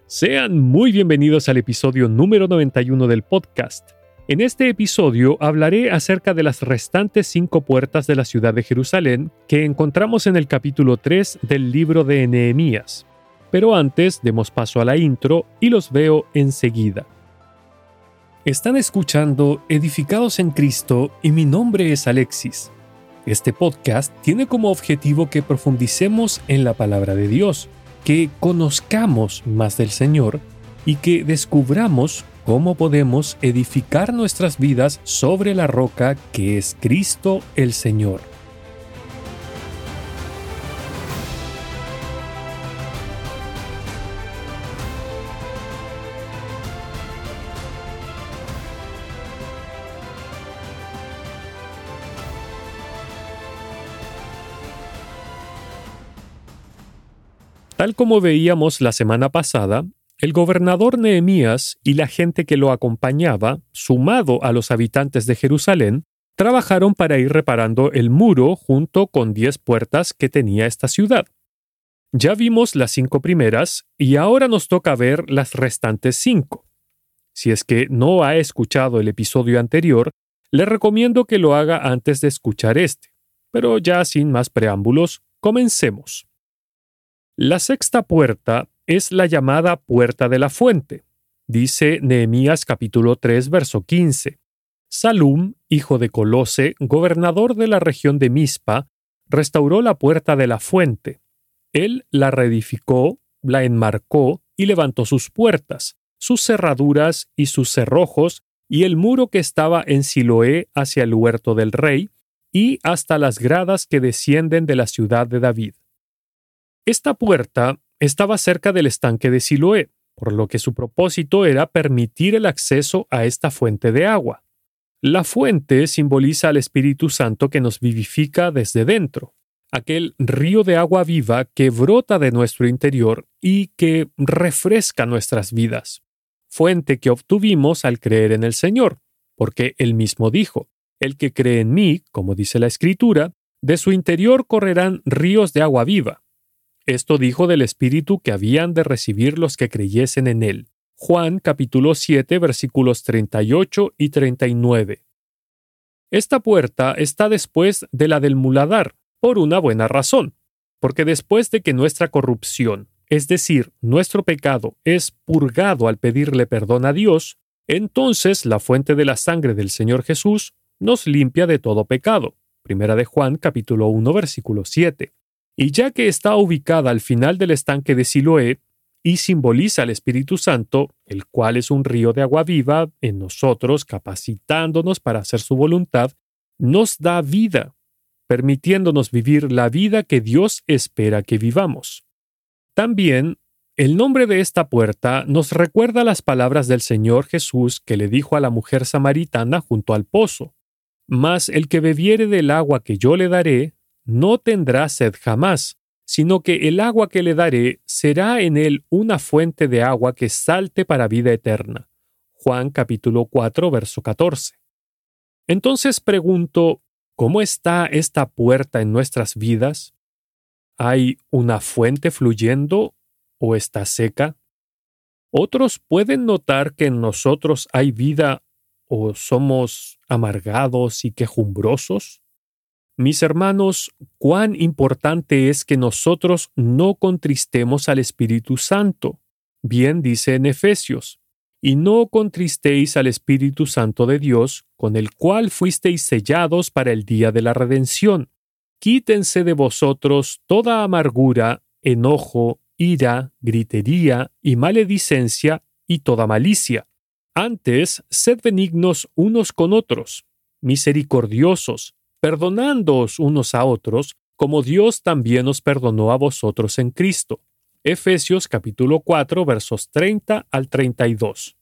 Sean muy bienvenidos al episodio número 91 del podcast. En este episodio hablaré acerca de las restantes 5 puertas de la ciudad de Jerusalén que encontramos en el capítulo 3 del libro de Nehemías. Pero antes demos paso a la intro y los veo enseguida. Están escuchando Edificados en Cristo y mi nombre es Alexis. Este podcast tiene como objetivo que profundicemos en la palabra de Dios, que conozcamos más del Señor y que descubramos cómo podemos edificar nuestras vidas sobre la roca que es Cristo el Señor. Tal como veíamos la semana pasada, el gobernador Nehemías y la gente que lo acompañaba, sumado a los habitantes de Jerusalén, trabajaron para ir reparando el muro junto con 10 puertas que tenía esta ciudad. Ya vimos las 5 primeras y ahora nos toca ver las restantes 5. Si es que no ha escuchado el episodio anterior, le recomiendo que lo haga antes de escuchar este. Pero ya sin más preámbulos, comencemos. La sexta puerta es la llamada Puerta de la Fuente. Dice Nehemías capítulo 3, verso 15. Salum, hijo de Colose, gobernador de la región de Mispa, restauró la Puerta de la Fuente. Él la reedificó, la enmarcó y levantó sus puertas, sus cerraduras y sus cerrojos, y el muro que estaba en Siloé hacia el huerto del rey, y hasta las gradas que descienden de la ciudad de David. Esta puerta estaba cerca del estanque de Siloé, por lo que su propósito era permitir el acceso a esta fuente de agua. La fuente simboliza al Espíritu Santo que nos vivifica desde dentro, aquel río de agua viva que brota de nuestro interior y que refresca nuestras vidas. Fuente que obtuvimos al creer en el Señor, porque Él mismo dijo, «El que cree en mí, como dice la Escritura, de su interior correrán ríos de agua viva». Esto dijo del Espíritu que habían de recibir los que creyesen en Él. Juan capítulo 7 versículos 38 y 39. Esta puerta está después de la del muladar, por una buena razón, porque después de que nuestra corrupción, es decir, nuestro pecado, es purgado al pedirle perdón a Dios, entonces la fuente de la sangre del Señor Jesús nos limpia de todo pecado. Primera de Juan capítulo 1 versículo 7. Y ya que está ubicada al final del estanque de Siloé y simboliza al Espíritu Santo, el cual es un río de agua viva en nosotros, capacitándonos para hacer su voluntad, nos da vida, permitiéndonos vivir la vida que Dios espera que vivamos. También, el nombre de esta puerta nos recuerda las palabras del Señor Jesús que le dijo a la mujer samaritana junto al pozo: «Mas el que bebiere del agua que yo le daré, no tendrá sed jamás, sino que el agua que le daré será en él una fuente de agua que salte para vida eterna». Juan capítulo 4, verso 14. Entonces pregunto, ¿cómo está esta puerta en nuestras vidas? ¿Hay una fuente fluyendo o está seca? ¿Otros pueden notar que en nosotros hay vida o somos amargados y quejumbrosos? Mis hermanos, cuán importante es que nosotros no contristemos al Espíritu Santo. Bien dice en Efesios, «Y no contristéis al Espíritu Santo de Dios, con el cual fuisteis sellados para el día de la redención. Quítense de vosotros toda amargura, enojo, ira, gritería y maledicencia y toda malicia. Antes, sed benignos unos con otros, misericordiosos, perdonándoos unos a otros, como Dios también os perdonó a vosotros en Cristo». Efesios capítulo 4, versos 30 al 32.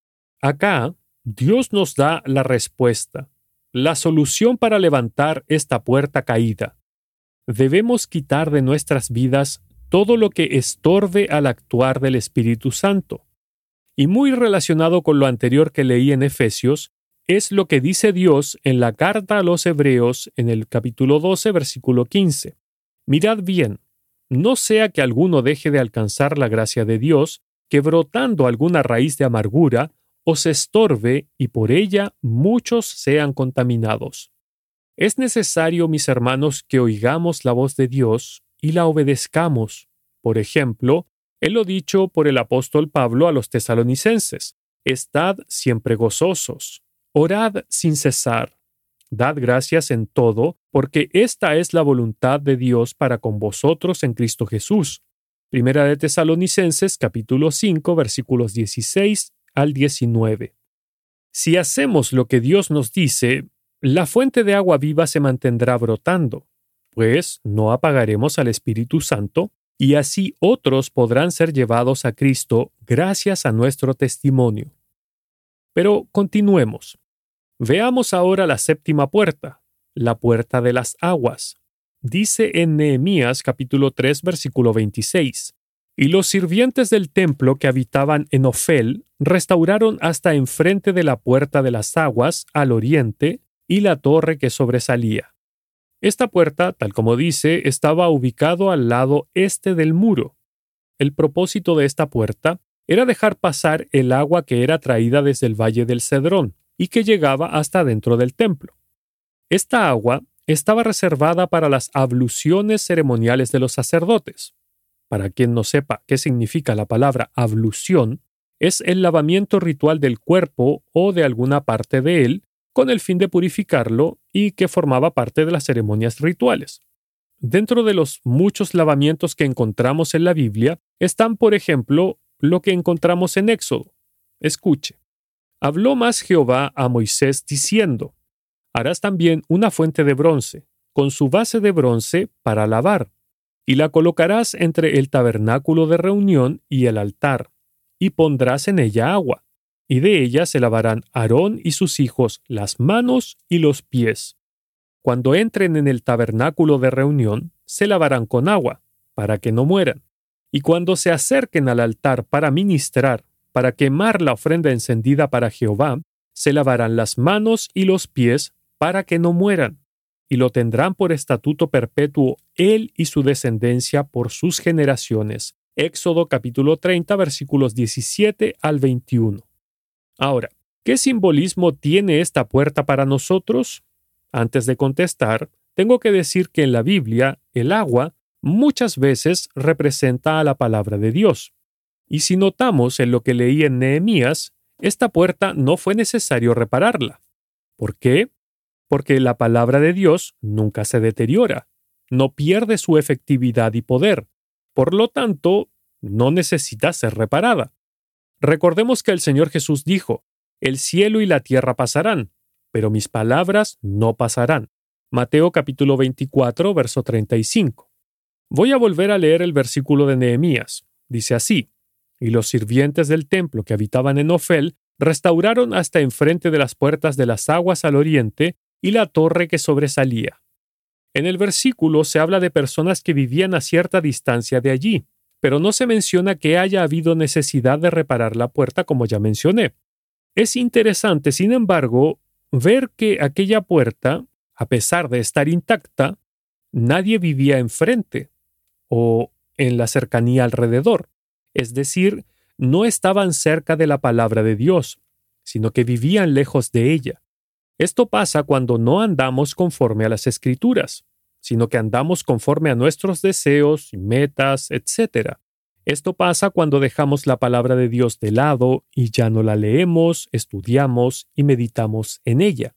Acá, Dios nos da la respuesta, la solución para levantar esta puerta caída. Debemos quitar de nuestras vidas todo lo que estorbe al actuar del Espíritu Santo. Y muy relacionado con lo anterior que leí en Efesios, es lo que dice Dios en la carta a los Hebreos en el capítulo 12, versículo 15. Mirad bien, no sea que alguno deje de alcanzar la gracia de Dios, que brotando alguna raíz de amargura os estorbe y por ella muchos sean contaminados. Es necesario, mis hermanos, que oigamos la voz de Dios y la obedezcamos. Por ejemplo, Él lo dicho por el apóstol Pablo a los tesalonicenses: estad siempre gozosos, orad sin cesar, dad gracias en todo, porque esta es la voluntad de Dios para con vosotros en Cristo Jesús. Primera de Tesalonicenses capítulo 5 versículos 16 al 19. Si hacemos lo que Dios nos dice, la fuente de agua viva se mantendrá brotando, pues no apagaremos al Espíritu Santo, y así otros podrán ser llevados a Cristo gracias a nuestro testimonio. Pero continuemos. Veamos ahora la séptima puerta, la puerta de las aguas. Dice en Nehemías capítulo 3 versículo 26: y los sirvientes del templo que habitaban en Ofel restauraron hasta enfrente de la puerta de las aguas al oriente y la torre que sobresalía. Esta puerta, tal como dice, estaba ubicado al lado este del muro. El propósito de esta puerta era dejar pasar el agua que era traída desde el valle del Cedrón y que llegaba hasta dentro del templo. Esta agua estaba reservada para las abluciones ceremoniales de los sacerdotes. Para quien no sepa qué significa la palabra ablución, es el lavamiento ritual del cuerpo o de alguna parte de él con el fin de purificarlo y que formaba parte de las ceremonias rituales. Dentro de los muchos lavamientos que encontramos en la Biblia están, por ejemplo, lo que encontramos en Éxodo. Escuche. Habló más Jehová a Moisés diciendo: harás también una fuente de bronce, con su base de bronce para lavar, y la colocarás entre el tabernáculo de reunión y el altar, y pondrás en ella agua, y de ella se lavarán Aarón y sus hijos las manos y los pies. Cuando entren en el tabernáculo de reunión, se lavarán con agua, para que no mueran. Y cuando se acerquen al altar para ministrar, para quemar la ofrenda encendida para Jehová, se lavarán las manos y los pies, para que no mueran. Y lo tendrán por estatuto perpetuo él y su descendencia por sus generaciones. Éxodo capítulo 30, versículos 17 al 21. Ahora, ¿qué simbolismo tiene esta puerta para nosotros? Antes de contestar, tengo que decir que en la Biblia, el agua muchas veces representa a la palabra de Dios. Y si notamos en lo que leí en Nehemías, esta puerta no fue necesario repararla. ¿Por qué? Porque la palabra de Dios nunca se deteriora, no pierde su efectividad y poder. Por lo tanto, no necesita ser reparada. Recordemos que el Señor Jesús dijo: el cielo y la tierra pasarán, pero mis palabras no pasarán. Mateo capítulo 24, verso 35. Voy a volver a leer el versículo de Nehemías. Dice así: y los sirvientes del templo que habitaban en Ofel restauraron hasta enfrente de las puertas de las aguas al oriente y la torre que sobresalía. En el versículo se habla de personas que vivían a cierta distancia de allí, pero no se menciona que haya habido necesidad de reparar la puerta, como ya mencioné. Es interesante, sin embargo, ver que aquella puerta, a pesar de estar intacta, nadie vivía enfrente o en la cercanía alrededor. Es decir, no estaban cerca de la palabra de Dios, sino que vivían lejos de ella. Esto pasa cuando no andamos conforme a las Escrituras, sino que andamos conforme a nuestros deseos, metas, etc. Esto pasa cuando dejamos la palabra de Dios de lado y ya no la leemos, estudiamos y meditamos en ella.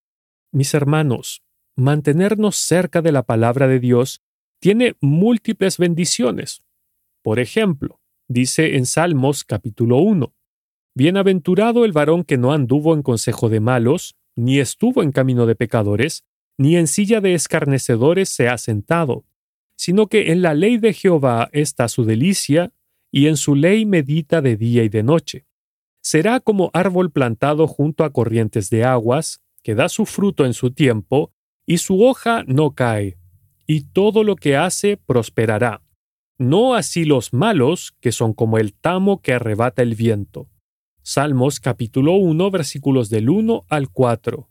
Mis hermanos, mantenernos cerca de la palabra de Dios tiene múltiples bendiciones. Por ejemplo, dice en Salmos capítulo 1, bienaventurado el varón que no anduvo en consejo de malos, ni estuvo en camino de pecadores, ni en silla de escarnecedores se ha sentado, sino que en la ley de Jehová está su delicia, y en su ley medita de día y de noche. Será como árbol plantado junto a corrientes de aguas, que da su fruto en su tiempo, y su hoja no cae, y todo lo que hace prosperará. No así los malos, que son como el tamo que arrebata el viento. Salmos capítulo 1, versículos del 1 al 4.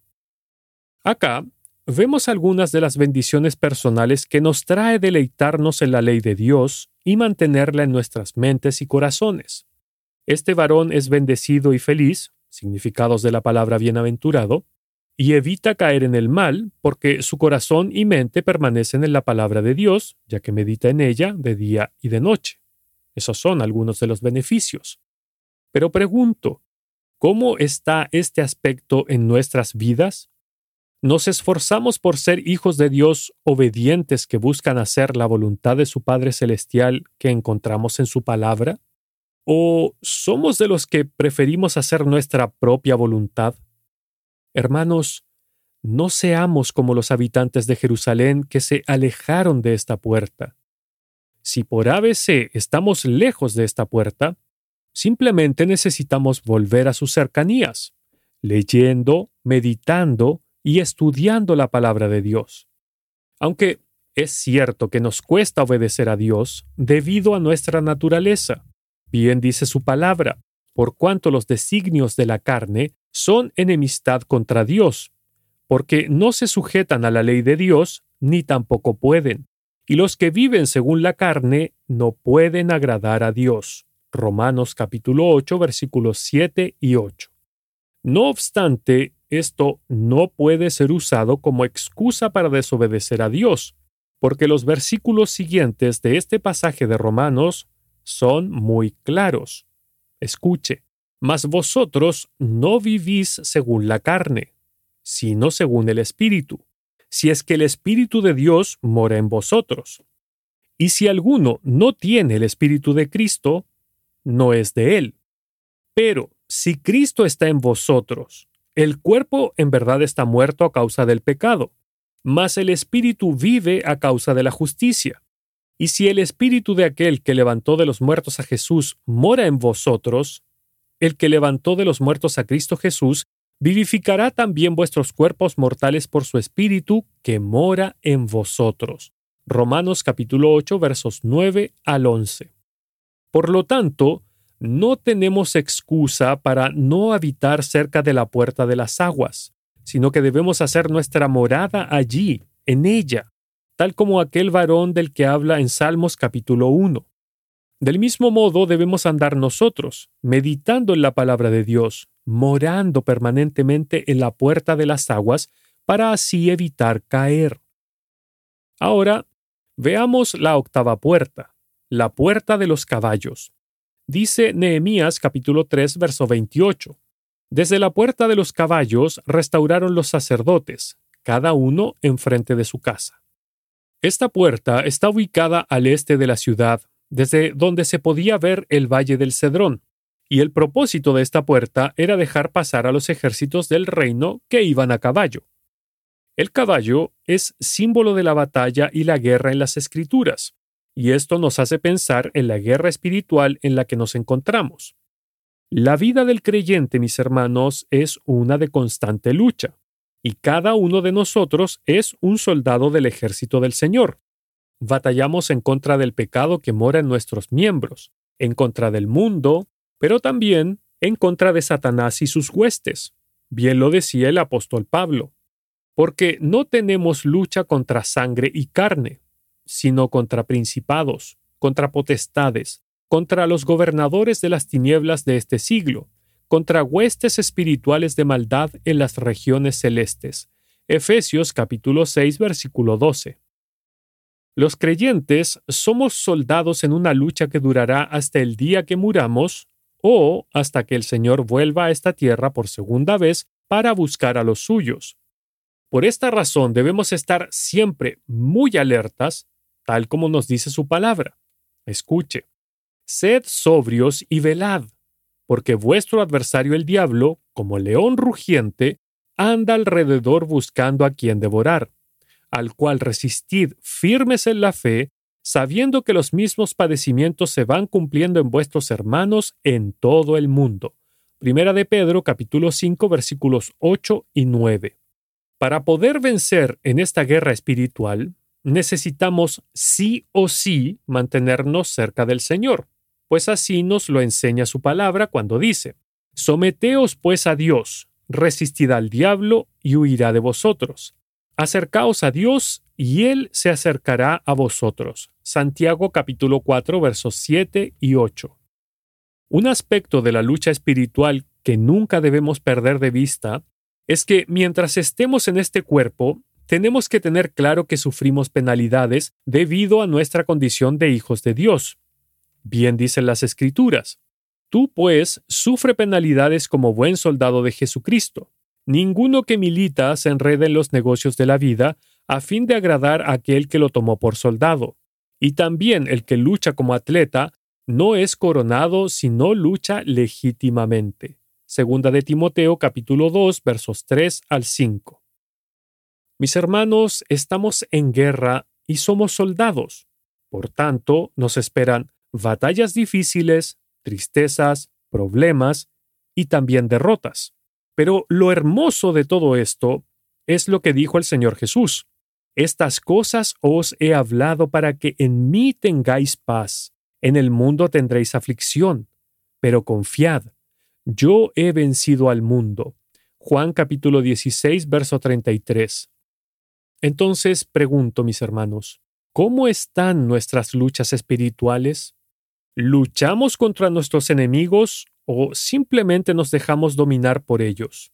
Acá vemos algunas de las bendiciones personales que nos trae deleitarnos en la ley de Dios y mantenerla en nuestras mentes y corazones. Este varón es bendecido y feliz, significados de la palabra bienaventurado, y evita caer en el mal, porque su corazón y mente permanecen en la palabra de Dios, ya que medita en ella de día y de noche. Esos son algunos de los beneficios. Pero pregunto, ¿cómo está este aspecto en nuestras vidas? ¿Nos esforzamos por ser hijos de Dios obedientes que buscan hacer la voluntad de su Padre Celestial que encontramos en su palabra? ¿O somos de los que preferimos hacer nuestra propia voluntad? Hermanos, no seamos como los habitantes de Jerusalén que se alejaron de esta puerta. Si por ABC estamos lejos de esta puerta, simplemente necesitamos volver a sus cercanías, leyendo, meditando y estudiando la palabra de Dios. Aunque es cierto que nos cuesta obedecer a Dios debido a nuestra naturaleza. Bien dice su palabra, por cuanto los designios de la carne son enemistad contra Dios, porque no se sujetan a la ley de Dios, ni tampoco pueden. Y los que viven según la carne no pueden agradar a Dios. Romanos capítulo 8, versículos 7 y 8. No obstante, esto no puede ser usado como excusa para desobedecer a Dios, porque los versículos siguientes de este pasaje de Romanos son muy claros. Escuche, mas vosotros no vivís según la carne, sino según el Espíritu, si es que el Espíritu de Dios mora en vosotros. Y si alguno no tiene el Espíritu de Cristo, no es de él. Pero si Cristo está en vosotros, el cuerpo en verdad está muerto a causa del pecado, mas el Espíritu vive a causa de la justicia. Y si el Espíritu de aquel que levantó de los muertos a Jesús mora en vosotros, el que levantó de los muertos a Cristo Jesús vivificará también vuestros cuerpos mortales por su Espíritu que mora en vosotros. Romanos capítulo 8, versos 9 al 11. Por lo tanto, no tenemos excusa para no habitar cerca de la puerta de las aguas, sino que debemos hacer nuestra morada allí, en ella, tal como aquel varón del que habla en Salmos capítulo 1. Del mismo modo debemos andar nosotros, meditando en la palabra de Dios, morando permanentemente en la puerta de las aguas, para así evitar caer. Ahora, veamos la octava puerta, la puerta de los caballos. Dice Nehemías capítulo 3, verso 28. Desde la puerta de los caballos restauraron los sacerdotes, cada uno enfrente de su casa. Esta puerta está ubicada al este de la ciudad, desde donde se podía ver el Valle del Cedrón, y el propósito de esta puerta era dejar pasar a los ejércitos del reino que iban a caballo. El caballo es símbolo de la batalla y la guerra en las Escrituras, y esto nos hace pensar en la guerra espiritual en la que nos encontramos. La vida del creyente, mis hermanos, es una de constante lucha, y cada uno de nosotros es un soldado del ejército del Señor. Batallamos en contra del pecado que mora en nuestros miembros, en contra del mundo, pero también en contra de Satanás y sus huestes. Bien lo decía el apóstol Pablo, porque no tenemos lucha contra sangre y carne, sino contra principados, contra potestades, contra los gobernadores de las tinieblas de este siglo, contra huestes espirituales de maldad en las regiones celestes. Efesios capítulo 6, versículo 12. Los creyentes somos soldados en una lucha que durará hasta el día que muramos o hasta que el Señor vuelva a esta tierra por segunda vez para buscar a los suyos. Por esta razón debemos estar siempre muy alertas, tal como nos dice su palabra. Escuche, sed sobrios y velad, porque vuestro adversario el diablo, como león rugiente, anda alrededor buscando a quien devorar, al cual resistid firmes en la fe, sabiendo que los mismos padecimientos se van cumpliendo en vuestros hermanos en todo el mundo. Primera de Pedro, capítulo 5, versículos 8 y 9. Para poder vencer en esta guerra espiritual, necesitamos sí o sí mantenernos cerca del Señor, pues así nos lo enseña su palabra cuando dice: Someteos pues a Dios, resistid al diablo y huirá de vosotros. Acercaos a Dios y Él se acercará a vosotros. Santiago capítulo 4 versos 7 y 8. Un aspecto de la lucha espiritual que nunca debemos perder de vista es que mientras estemos en este cuerpo, tenemos que tener claro que sufrimos penalidades debido a nuestra condición de hijos de Dios. Bien dicen las Escrituras: tú, pues, sufre penalidades como buen soldado de Jesucristo. Ninguno que milita se enreda en los negocios de la vida a fin de agradar a aquel que lo tomó por soldado. Y también el que lucha como atleta no es coronado si no lucha legítimamente. Segunda de Timoteo capítulo 2 versos 3 al 5. Mis hermanos, estamos en guerra y somos soldados. Por tanto, nos esperan batallas difíciles, tristezas, problemas y también derrotas. Pero lo hermoso de todo esto es lo que dijo el Señor Jesús: estas cosas os he hablado para que en mí tengáis paz. En el mundo tendréis aflicción, pero confiad, yo he vencido al mundo. Juan capítulo 16, verso 33. Entonces pregunto, mis hermanos, ¿cómo están nuestras luchas espirituales? ¿Luchamos contra nuestros enemigos o simplemente nos dejamos dominar por ellos?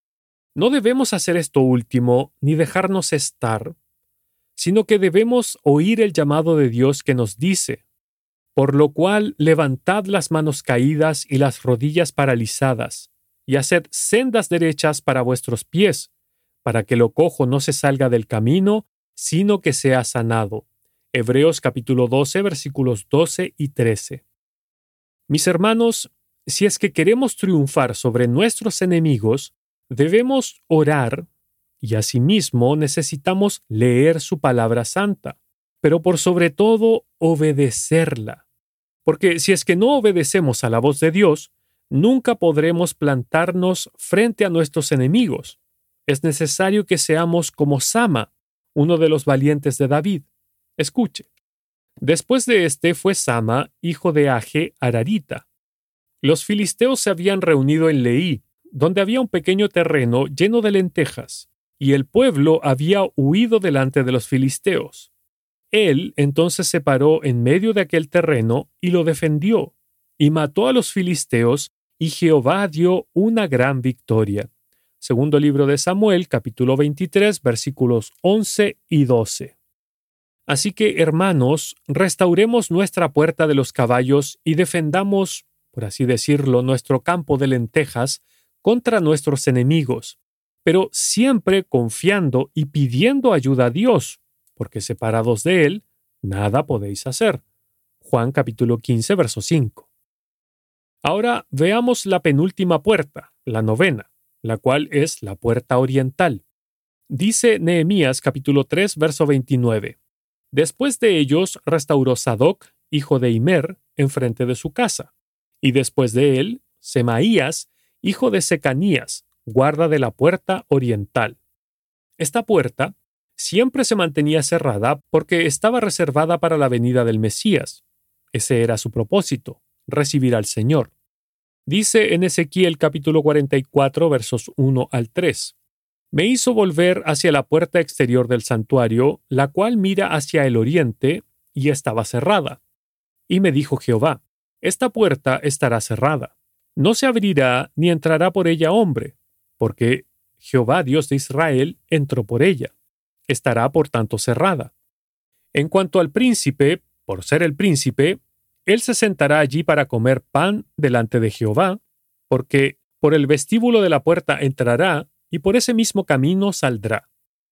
No debemos hacer esto último ni dejarnos estar, sino que debemos oír el llamado de Dios que nos dice: por lo cual levantad las manos caídas y las rodillas paralizadas, y haced sendas derechas para vuestros pies, para que lo cojo no se salga del camino, sino que sea sanado. Hebreos capítulo 12, versículos 12 y 13. Mis hermanos, si es que queremos triunfar sobre nuestros enemigos, debemos orar y asimismo necesitamos leer su palabra santa, pero por sobre todo obedecerla. Porque si es que no obedecemos a la voz de Dios, nunca podremos plantarnos frente a nuestros enemigos. Es necesario que seamos como Sama, uno de los valientes de David. Escuche. Después de este fue Sama, hijo de Age, Ararita. Los filisteos se habían reunido en Leí, donde había un pequeño terreno lleno de lentejas, y el pueblo había huido delante de los filisteos. Él entonces se paró en medio de aquel terreno y lo defendió, y mató a los filisteos, y Jehová dio una gran victoria. Segundo libro de Samuel, capítulo 23, versículos 11 y 12. Así que, hermanos, restauremos nuestra puerta de los caballos y defendamos, por así decirlo, nuestro campo de lentejas contra nuestros enemigos, pero siempre confiando y pidiendo ayuda a Dios, porque separados de Él, nada podéis hacer. Juan capítulo 15, verso 5. Ahora veamos la penúltima puerta, la novena, la cual es la puerta oriental. Dice Nehemías capítulo 3, verso 29. Después de ellos restauró Sadoc, hijo de Imer, enfrente de su casa, y después de él, Semaías, hijo de Secanías, guarda de la puerta oriental. Esta puerta siempre se mantenía cerrada porque estaba reservada para la venida del Mesías. Ese era su propósito, recibir al Señor. Dice en Ezequiel capítulo 44, versos 1 al 3. Me hizo volver hacia la puerta exterior del santuario, la cual mira hacia el oriente, y estaba cerrada. Y me dijo Jehová: esta puerta estará cerrada. No se abrirá ni entrará por ella hombre, porque Jehová Dios de Israel entró por ella. Estará por tanto cerrada. En cuanto al príncipe, por ser el príncipe, él se sentará allí para comer pan delante de Jehová, porque por el vestíbulo de la puerta entrará y por ese mismo camino saldrá.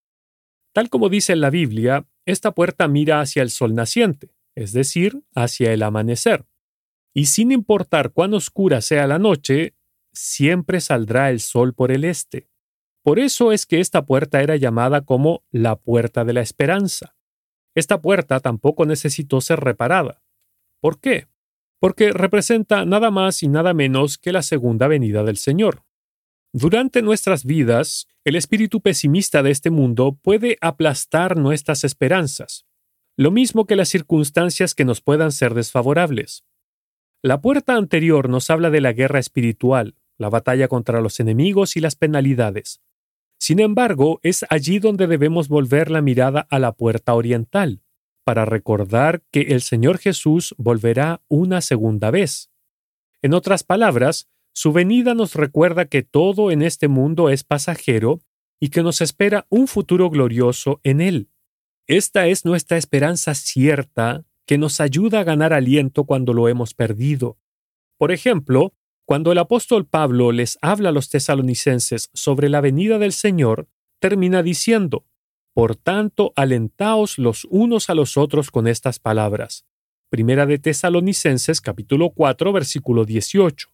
Tal como dice en la Biblia, esta puerta mira hacia el sol naciente, es decir, hacia el amanecer. Y sin importar cuán oscura sea la noche, siempre saldrá el sol por el este. Por eso es que esta puerta era llamada como la puerta de la esperanza. Esta puerta tampoco necesitó ser reparada. ¿Por qué? Porque representa nada más y nada menos que la segunda venida del Señor. Durante nuestras vidas, el espíritu pesimista de este mundo puede aplastar nuestras esperanzas, lo mismo que las circunstancias que nos puedan ser desfavorables. La puerta anterior nos habla de la guerra espiritual, la batalla contra los enemigos y las penalidades. Sin embargo, es allí donde debemos volver la mirada a la puerta oriental, para recordar que el Señor Jesús volverá una segunda vez. En otras palabras, su venida nos recuerda que todo en este mundo es pasajero y que nos espera un futuro glorioso en Él. Esta es nuestra esperanza cierta que nos ayuda a ganar aliento cuando lo hemos perdido. Por ejemplo, cuando el apóstol Pablo les habla a los tesalonicenses sobre la venida del Señor, termina diciendo: «Por tanto, alentaos los unos a los otros con estas palabras». Primera de Tesalonicenses capítulo 4, versículo 18.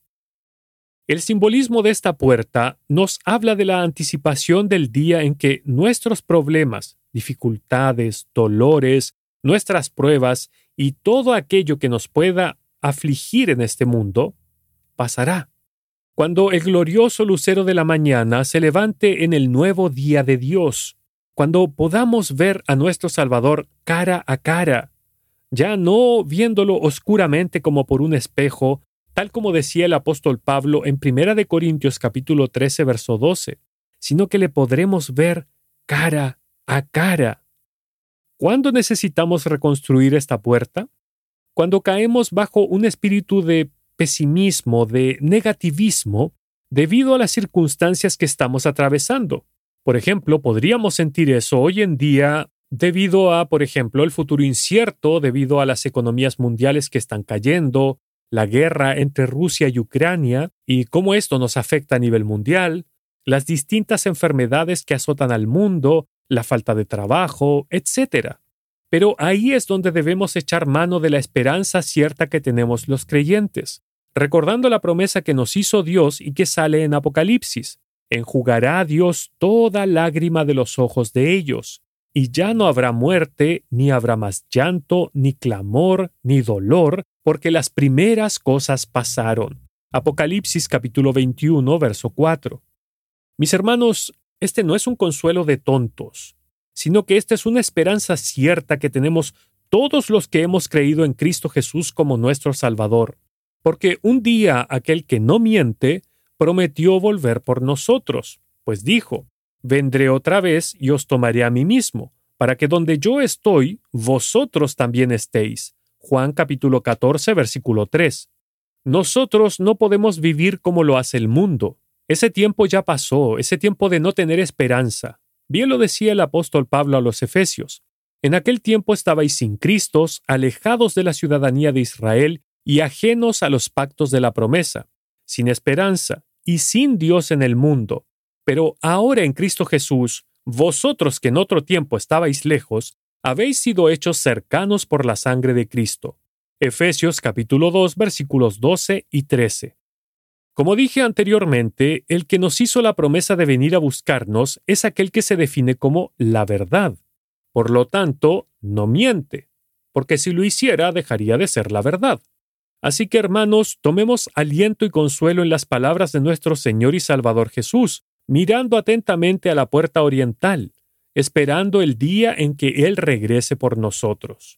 El simbolismo de esta puerta nos habla de la anticipación del día en que nuestros problemas, dificultades, dolores, nuestras pruebas y todo aquello que nos pueda afligir en este mundo, pasará. Cuando el glorioso lucero de la mañana se levante en el nuevo día de Dios, cuando podamos ver a nuestro Salvador cara a cara, ya no viéndolo oscuramente como por un espejo, tal como decía el apóstol Pablo en 1 de Corintios capítulo 13, verso 12, sino que le podremos ver cara a cara. ¿Cuándo necesitamos reconstruir esta puerta? Cuando caemos bajo un espíritu de pesimismo, de negativismo, debido a las circunstancias que estamos atravesando. Por ejemplo, podríamos sentir eso hoy en día debido a, por ejemplo, el futuro incierto, debido a las economías mundiales que están cayendo, la guerra entre Rusia y Ucrania y cómo esto nos afecta a nivel mundial, las distintas enfermedades que azotan al mundo, la falta de trabajo, etc. Pero ahí es donde debemos echar mano de la esperanza cierta que tenemos los creyentes, recordando la promesa que nos hizo Dios y que sale en Apocalipsis: «Enjugará a Dios toda lágrima de los ojos de ellos, y ya no habrá muerte, ni habrá más llanto, ni clamor, ni dolor, porque las primeras cosas pasaron». Apocalipsis capítulo 21, verso 4. Mis hermanos, este no es un consuelo de tontos, sino que esta es una esperanza cierta que tenemos todos los que hemos creído en Cristo Jesús como nuestro Salvador, porque un día aquel que no miente prometió volver por nosotros, pues dijo: «Vendré otra vez y os tomaré a mí mismo, para que donde yo estoy, vosotros también estéis». Juan capítulo 14, versículo 3. Nosotros no podemos vivir como lo hace el mundo. Ese tiempo ya pasó, ese tiempo de no tener esperanza. Bien lo decía el apóstol Pablo a los Efesios: «En aquel tiempo estabais sin Cristo, alejados de la ciudadanía de Israel y ajenos a los pactos de la promesa, sin esperanza y sin Dios en el mundo. Pero ahora en Cristo Jesús, vosotros que en otro tiempo estabais lejos, habéis sido hechos cercanos por la sangre de Cristo». Efesios capítulo 2, versículos 12 y 13. Como dije anteriormente, el que nos hizo la promesa de venir a buscarnos es aquel que se define como la verdad. Por lo tanto, no miente, porque si lo hiciera dejaría de ser la verdad. Así que, hermanos, tomemos aliento y consuelo en las palabras de nuestro Señor y Salvador Jesús, mirando atentamente a la puerta oriental, esperando el día en que Él regrese por nosotros.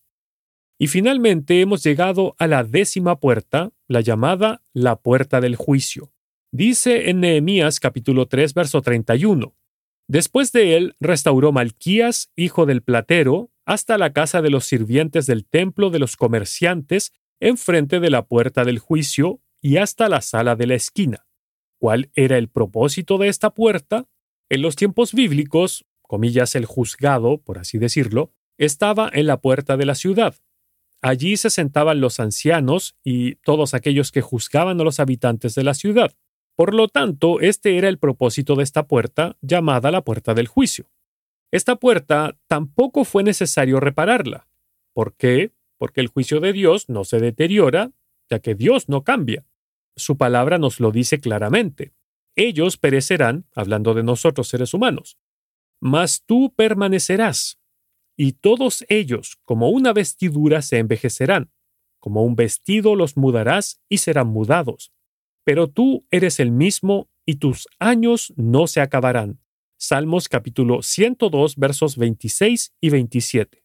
Y finalmente hemos llegado a la 10ª puerta, la llamada la puerta del juicio. Dice en Nehemías capítulo 3, verso 31: «Después de él restauró Malquías, hijo del platero, hasta la casa de los sirvientes del templo de los comerciantes, enfrente de la puerta del juicio, y hasta la sala de la esquina». ¿Cuál era el propósito de esta puerta? En los tiempos bíblicos, comillas, el juzgado, por así decirlo, estaba en la puerta de la ciudad. Allí se sentaban los ancianos y todos aquellos que juzgaban a los habitantes de la ciudad. Por lo tanto, este era el propósito de esta puerta, llamada la puerta del juicio. Esta puerta tampoco fue necesario repararla. ¿Por qué? Porque el juicio de Dios no se deteriora, ya que Dios no cambia. Su palabra nos lo dice claramente. Ellos perecerán, hablando de nosotros seres humanos, mas tú permanecerás. Y todos ellos, como una vestidura, se envejecerán. Como un vestido los mudarás y serán mudados. Pero tú eres el mismo y tus años no se acabarán. Salmos capítulo 102, versos 26 y 27.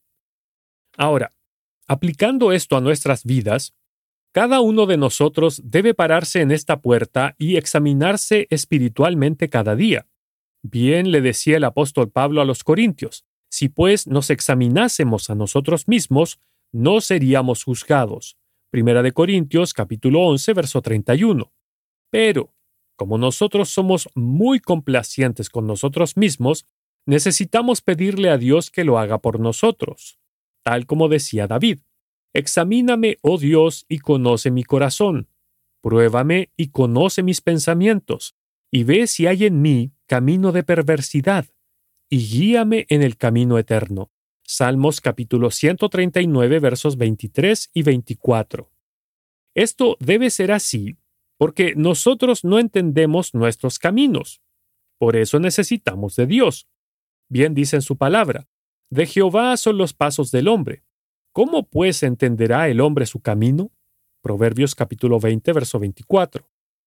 Ahora, aplicando esto a nuestras vidas, cada uno de nosotros debe pararse en esta puerta y examinarse espiritualmente cada día. Bien le decía el apóstol Pablo a los Corintios: «Si pues nos examinásemos a nosotros mismos, no seríamos juzgados, Primera de Corintios, capítulo 11, verso 31. Pero, como nosotros somos muy complacientes con nosotros mismos, necesitamos pedirle a Dios que lo haga por nosotros. Tal como decía David: Examíname, oh Dios, y conoce mi corazón. Pruébame y conoce mis pensamientos, y ve si hay en mí camino de perversidad, y guíame en el camino eterno. Salmos capítulo 139, versos 23 y 24. Esto debe ser así porque nosotros no entendemos nuestros caminos. Por eso necesitamos de Dios. Bien dice en su palabra: de Jehová son los pasos del hombre. ¿Cómo pues entenderá el hombre su camino? Proverbios capítulo 20, verso 24.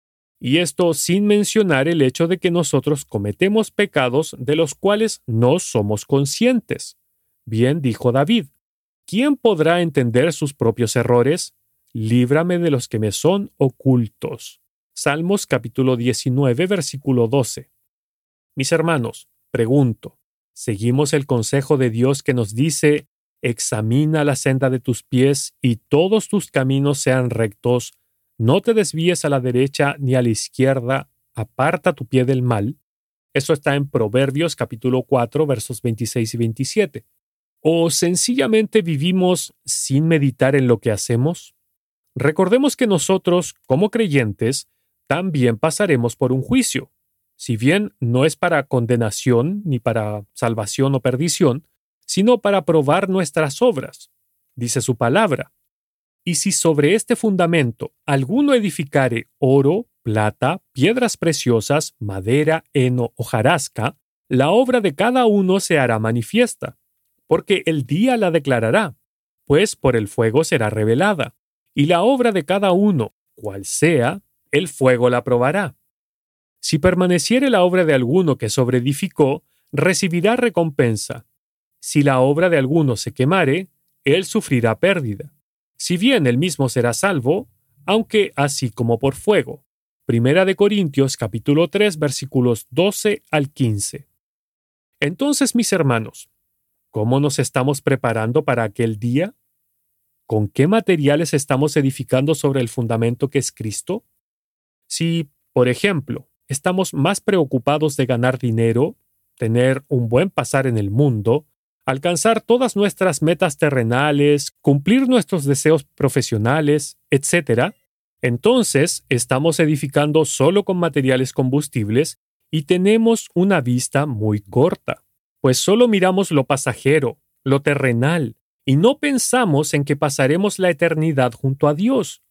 Y esto sin mencionar el hecho de que nosotros cometemos pecados de los cuales no somos conscientes. Bien dijo David: ¿quién podrá entender sus propios errores? Líbrame de los que me son ocultos. Salmos capítulo 19, versículo 12. Mis hermanos, pregunto, ¿seguimos el consejo de Dios que nos dice: examina la senda de tus pies y todos tus caminos sean rectos? No te desvíes a la derecha ni a la izquierda, aparta tu pie del mal? Eso está en Proverbios capítulo 4, versos 26 y 27. ¿O sencillamente vivimos sin meditar en lo que hacemos? Recordemos que nosotros, como creyentes, también pasaremos por un juicio. Si bien no es para condenación ni para salvación o perdición, sino para probar nuestras obras. Dice su palabra: y si sobre este fundamento alguno edificare oro, plata, piedras preciosas, madera, heno, hojarasca, la obra de cada uno se hará manifiesta, porque el día la declarará, pues por el fuego será revelada, y la obra de cada uno, cual sea, el fuego la probará. Si permaneciere la obra de alguno que sobreedificó, recibirá recompensa. Si la obra de alguno se quemare, él sufrirá pérdida. Si bien él mismo será salvo, aunque así como por fuego. Primera de Corintios capítulo 3, versículos 12 al 15. Entonces, mis hermanos, ¿cómo nos estamos preparando para aquel día? ¿Con qué materiales estamos edificando sobre el fundamento que es Cristo? Si, por ejemplo, estamos más preocupados de ganar dinero, tener un buen pasar en el mundo, alcanzar todas nuestras metas terrenales, cumplir nuestros deseos profesionales, etc., entonces estamos edificando solo con materiales combustibles y tenemos una vista muy corta, pues solo miramos lo pasajero, lo terrenal, y no pensamos en que pasaremos la eternidad junto a Dios,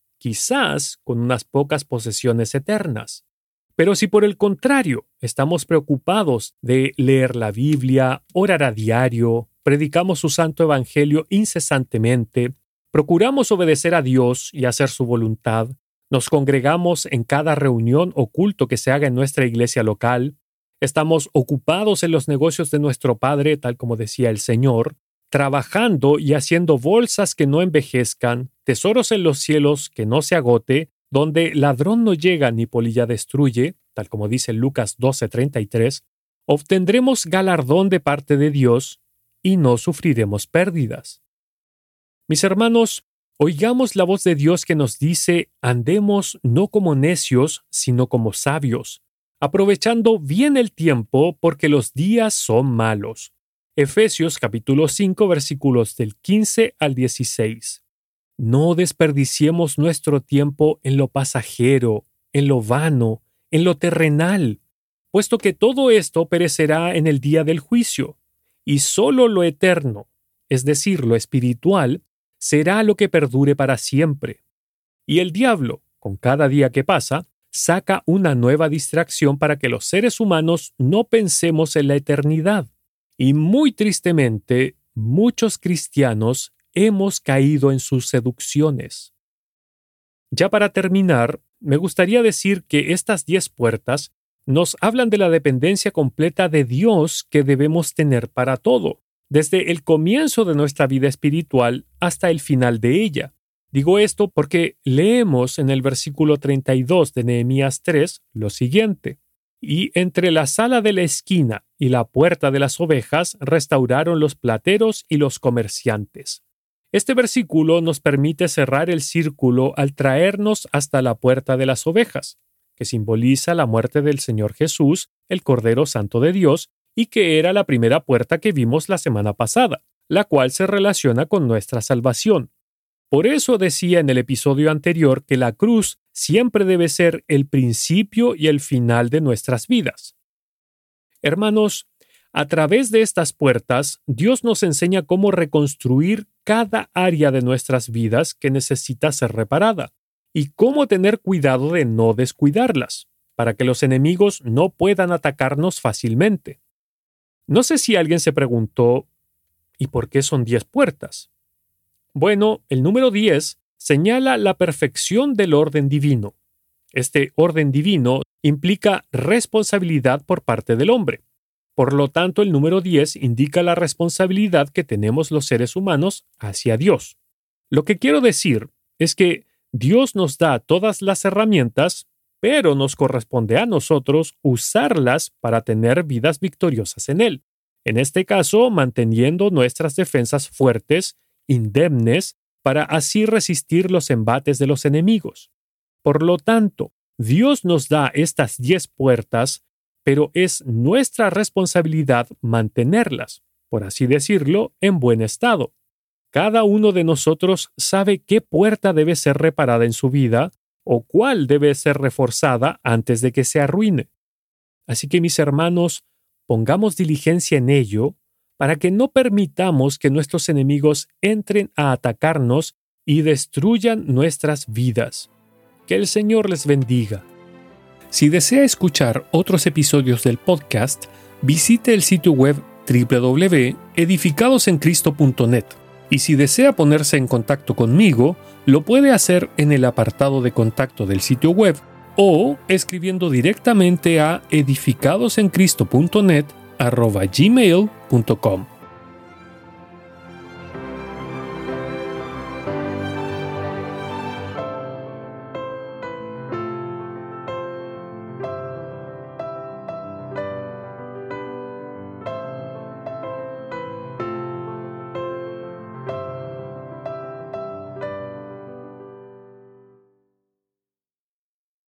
quizás con unas pocas posesiones eternas. Pero si por el contrario estamos preocupados de leer la Biblia, orar a diario, predicamos su santo evangelio incesantemente, procuramos obedecer a Dios y hacer su voluntad, nos congregamos en cada reunión o culto que se haga en nuestra iglesia local, estamos ocupados en los negocios de nuestro Padre, tal como decía el Señor, trabajando y haciendo bolsas que no envejezcan, tesoros en los cielos que no se agote, donde ladrón no llega ni polilla destruye, tal como dice Lucas 12:33, obtendremos galardón de parte de Dios y no sufriremos pérdidas. Mis hermanos, oigamos la voz de Dios que nos dice: andemos no como necios, sino como sabios, aprovechando bien el tiempo porque los días son malos. Efesios capítulo 5, versículos del 15 al 16. No desperdiciemos nuestro tiempo en lo pasajero, en lo vano, en lo terrenal, puesto que todo esto perecerá en el día del juicio, y solo lo eterno, es decir, lo espiritual, será lo que perdure para siempre. Y el diablo, con cada día que pasa, saca una nueva distracción para que los seres humanos no pensemos en la eternidad. Y muy tristemente, muchos cristianos hemos caído en sus seducciones. Ya para terminar, me gustaría decir que estas 10 puertas nos hablan de la dependencia completa de Dios que debemos tener para todo, desde el comienzo de nuestra vida espiritual hasta el final de ella. Digo esto porque leemos en el versículo 32 de Nehemías 3 lo siguiente: y entre la sala de la esquina y la puerta de las ovejas restauraron los plateros y los comerciantes. Este versículo nos permite cerrar el círculo al traernos hasta la puerta de las ovejas, que simboliza la muerte del Señor Jesús, el Cordero Santo de Dios, y que era la primera puerta que vimos la semana pasada, la cual se relaciona con nuestra salvación. Por eso decía en el episodio anterior que la cruz siempre debe ser el principio y el final de nuestras vidas. Hermanos, a través de estas puertas, Dios nos enseña cómo reconstruir cada área de nuestras vidas que necesita ser reparada y cómo tener cuidado de no descuidarlas, para que los enemigos no puedan atacarnos fácilmente. No sé si alguien se preguntó, ¿y por qué son 10 puertas? Bueno, el número 10 señala la perfección del orden divino. Este orden divino implica responsabilidad por parte del hombre. Por lo tanto, el número 10 indica la responsabilidad que tenemos los seres humanos hacia Dios. Lo que quiero decir es que Dios nos da todas las herramientas, pero nos corresponde a nosotros usarlas para tener vidas victoriosas en Él. En este caso, manteniendo nuestras defensas fuertes, indemnes, para así resistir los embates de los enemigos. Por lo tanto, Dios nos da estas 10 puertas, pero es nuestra responsabilidad mantenerlas, por así decirlo, en buen estado. Cada uno de nosotros sabe qué puerta debe ser reparada en su vida o cuál debe ser reforzada antes de que se arruine. Así que, mis hermanos, pongamos diligencia en ello para que no permitamos que nuestros enemigos entren a atacarnos y destruyan nuestras vidas. Que el Señor les bendiga. Si desea escuchar otros episodios del podcast, visite el sitio web www.edificadosencristo.net. Y si desea ponerse en contacto conmigo, lo puede hacer en el apartado de contacto del sitio web o escribiendo directamente a edificadosencristo.net@gmail.com.